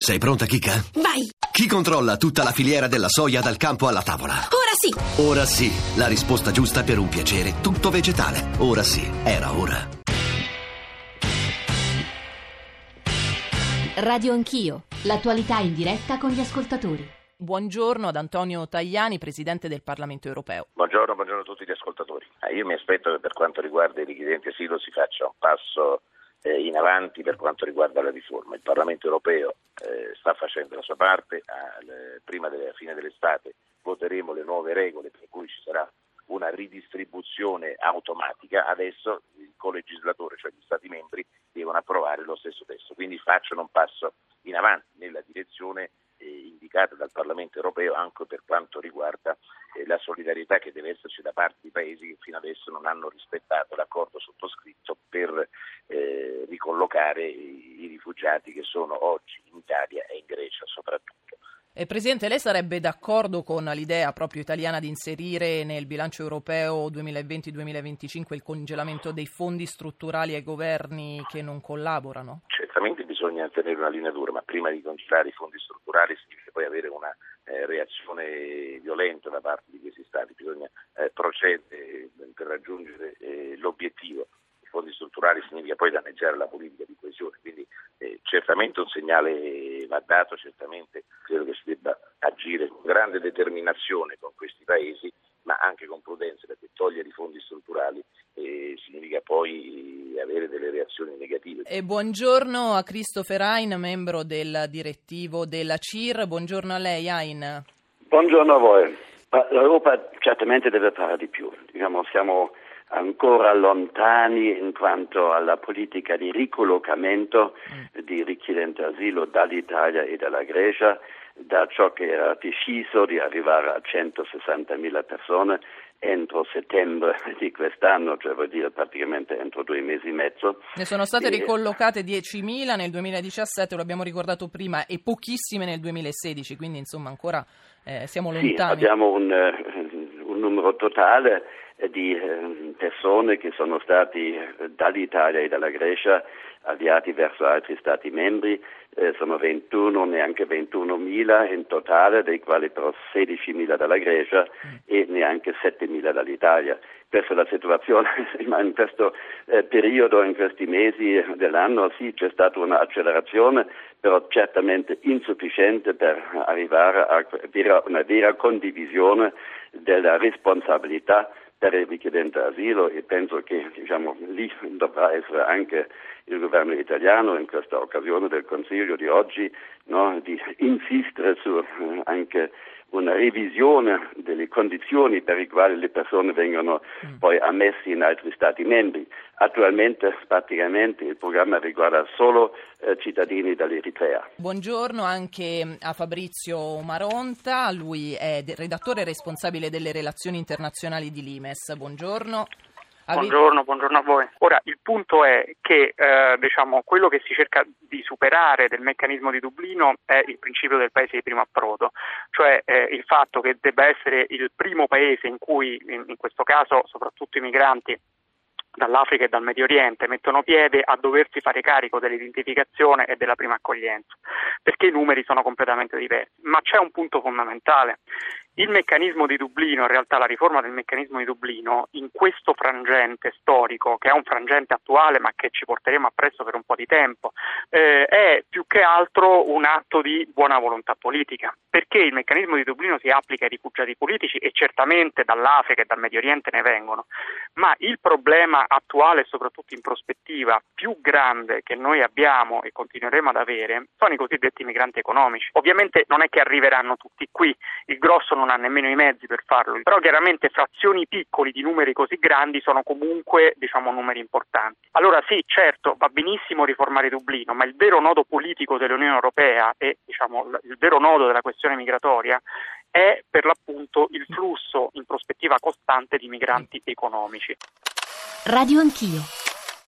Sei pronta, Kika? Vai! Chi controlla tutta la filiera della soia dal campo alla tavola? Ora sì! Ora sì, la risposta giusta per un piacere tutto vegetale. Ora sì, era ora. Radio Anch'io, l'attualità in diretta con gli ascoltatori. Buongiorno ad Antonio Tajani, Presidente del Parlamento Europeo. Buongiorno a tutti gli ascoltatori. Io mi aspetto che per quanto riguarda i richiedenti asilo si faccia un passo in avanti per quanto riguarda la riforma. Il Parlamento Europeo sta facendo la sua parte, prima della fine dell'estate voteremo le nuove regole per cui ci sarà una ridistribuzione automatica. Adesso il colegislatore, cioè gli Stati membri, devono approvare lo stesso testo, quindi facciano un passo in avanti nella direzione indicata dal Parlamento Europeo anche per quanto riguarda la solidarietà che deve esserci da parte di paesi che fino adesso non hanno rispettato l'accordo sottoscritto per ricollocare i rifugiati che sono oggi in Italia e in Grecia soprattutto. Presidente, lei sarebbe d'accordo con l'idea proprio italiana di inserire nel bilancio europeo 2020-2025 il congelamento dei fondi strutturali ai governi che non collaborano? Certamente bisogna tenere una linea dura, ma prima di congelare i fondi strutturali significa poi avere una reazione violenta da parte di questi Stati. Bisogna procedere per raggiungere l'obiettivo. I fondi strutturali significa poi danneggiare la politica di coesione, quindi certamente un segnale va dato, certamente credo che si debba agire con grande determinazione con questi paesi, ma anche con prudenza, perché togliere i fondi strutturali significa poi avere delle reazioni negative. E buongiorno a Christopher Hein, membro del direttivo della CIR. Buongiorno a lei, Hein. Buongiorno a voi. L'Europa certamente deve fare di più. Siamo ancora lontani in quanto alla politica di ricollocamento di richiedenti asilo dall'Italia e dalla Grecia, da ciò che era deciso di arrivare a 160.000 persone entro settembre di quest'anno, cioè vuol dire praticamente entro 2 mesi e mezzo. Ne sono state ricollocate 10.000 nel 2017, lo abbiamo ricordato prima, e pochissime nel 2016, quindi insomma ancora siamo lontani. Sì, abbiamo un numero totale di persone che sono stati dall'Italia e dalla Grecia avviati verso altri Stati membri, sono 21, neanche 21.000 in totale, dei quali però 16.000 dalla Grecia e neanche 7.000 dall'Italia. Questa è la situazione, ma in questo periodo, in questi mesi dell'anno, sì, c'è stata un'accelerazione, però certamente insufficiente per arrivare a una vera condivisione della responsabilità per il richiedente asilo, e penso che lì dovrà essere anche il governo italiano in questa occasione del Consiglio di oggi, di insistere su anche una revisione delle condizioni per le quali le persone vengono poi ammesse in altri Stati membri. Attualmente praticamente il programma riguarda solo cittadini dall'Eritrea. Buongiorno anche a Fabrizio Maronta, lui è redattore responsabile delle relazioni internazionali di Limes. Buongiorno. Buongiorno a voi. Ora, il punto è che quello che si cerca di superare del meccanismo di Dublino è il principio del paese di primo approdo, cioè il fatto che debba essere il primo paese in cui, in questo caso, soprattutto i migranti dall'Africa e dal Medio Oriente mettono piede a doversi fare carico dell'identificazione e della prima accoglienza, perché i numeri sono completamente diversi. Ma c'è un punto fondamentale. Il meccanismo di Dublino, in realtà la riforma del meccanismo di Dublino, in questo frangente storico, che è un frangente attuale ma che ci porteremo appresso per un po' di tempo, è più che altro un atto di buona volontà politica, perché il meccanismo di Dublino si applica ai rifugiati politici e certamente dall'Africa e dal Medio Oriente ne vengono, ma il problema attuale e soprattutto in prospettiva più grande che noi abbiamo e continueremo ad avere sono i cosiddetti migranti economici. Ovviamente non è che arriveranno tutti qui, il grosso non ha nemmeno i mezzi per farlo, però chiaramente frazioni piccoli di numeri così grandi sono comunque numeri importanti. Allora sì, certo, va benissimo riformare Dublino, ma il vero nodo politico dell'Unione Europea e il vero nodo della questione migratoria è per l'appunto il flusso in prospettiva costante di migranti economici. Radio Anch'io.